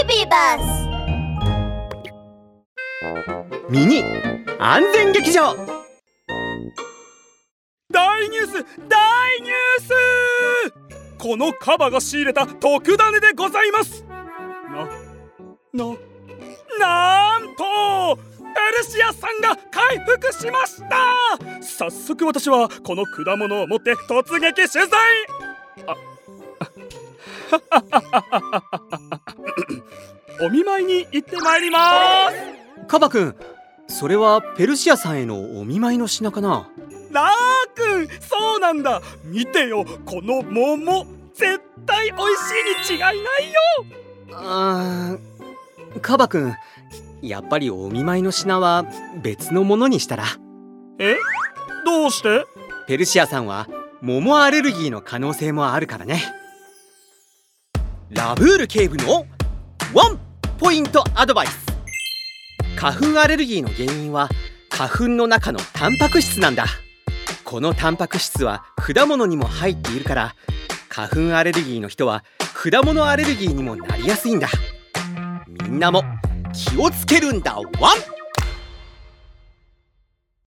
ビバスミニ安全劇場。 大ニュース、大ニュース。このカバが仕入れた特ダネでございます。なんとペルシアさんが回復しました。早速私はこの果物を持って突撃取材。お見舞いに行ってまいります。 カバくん、それはペルシアさんへのお見舞いの品かな？ ラーくん、そうなんだ。見てよ、この桃、絶対美味しいに違いないよ。 カバくん、やっぱりお見舞いの品は別のものにしたら。 どうして？ ペルシアさんは桃アレルギーの可能性もあるからね。ラブール警部のワンポイントアドバイス。花粉アレルギーの原因は花粉の中のタンパク質なんだ。このタンパク質は果物にも入っているから、花粉アレルギーの人は果物アレルギーにもなりやすいんだ。みんなも気をつけるんだワン。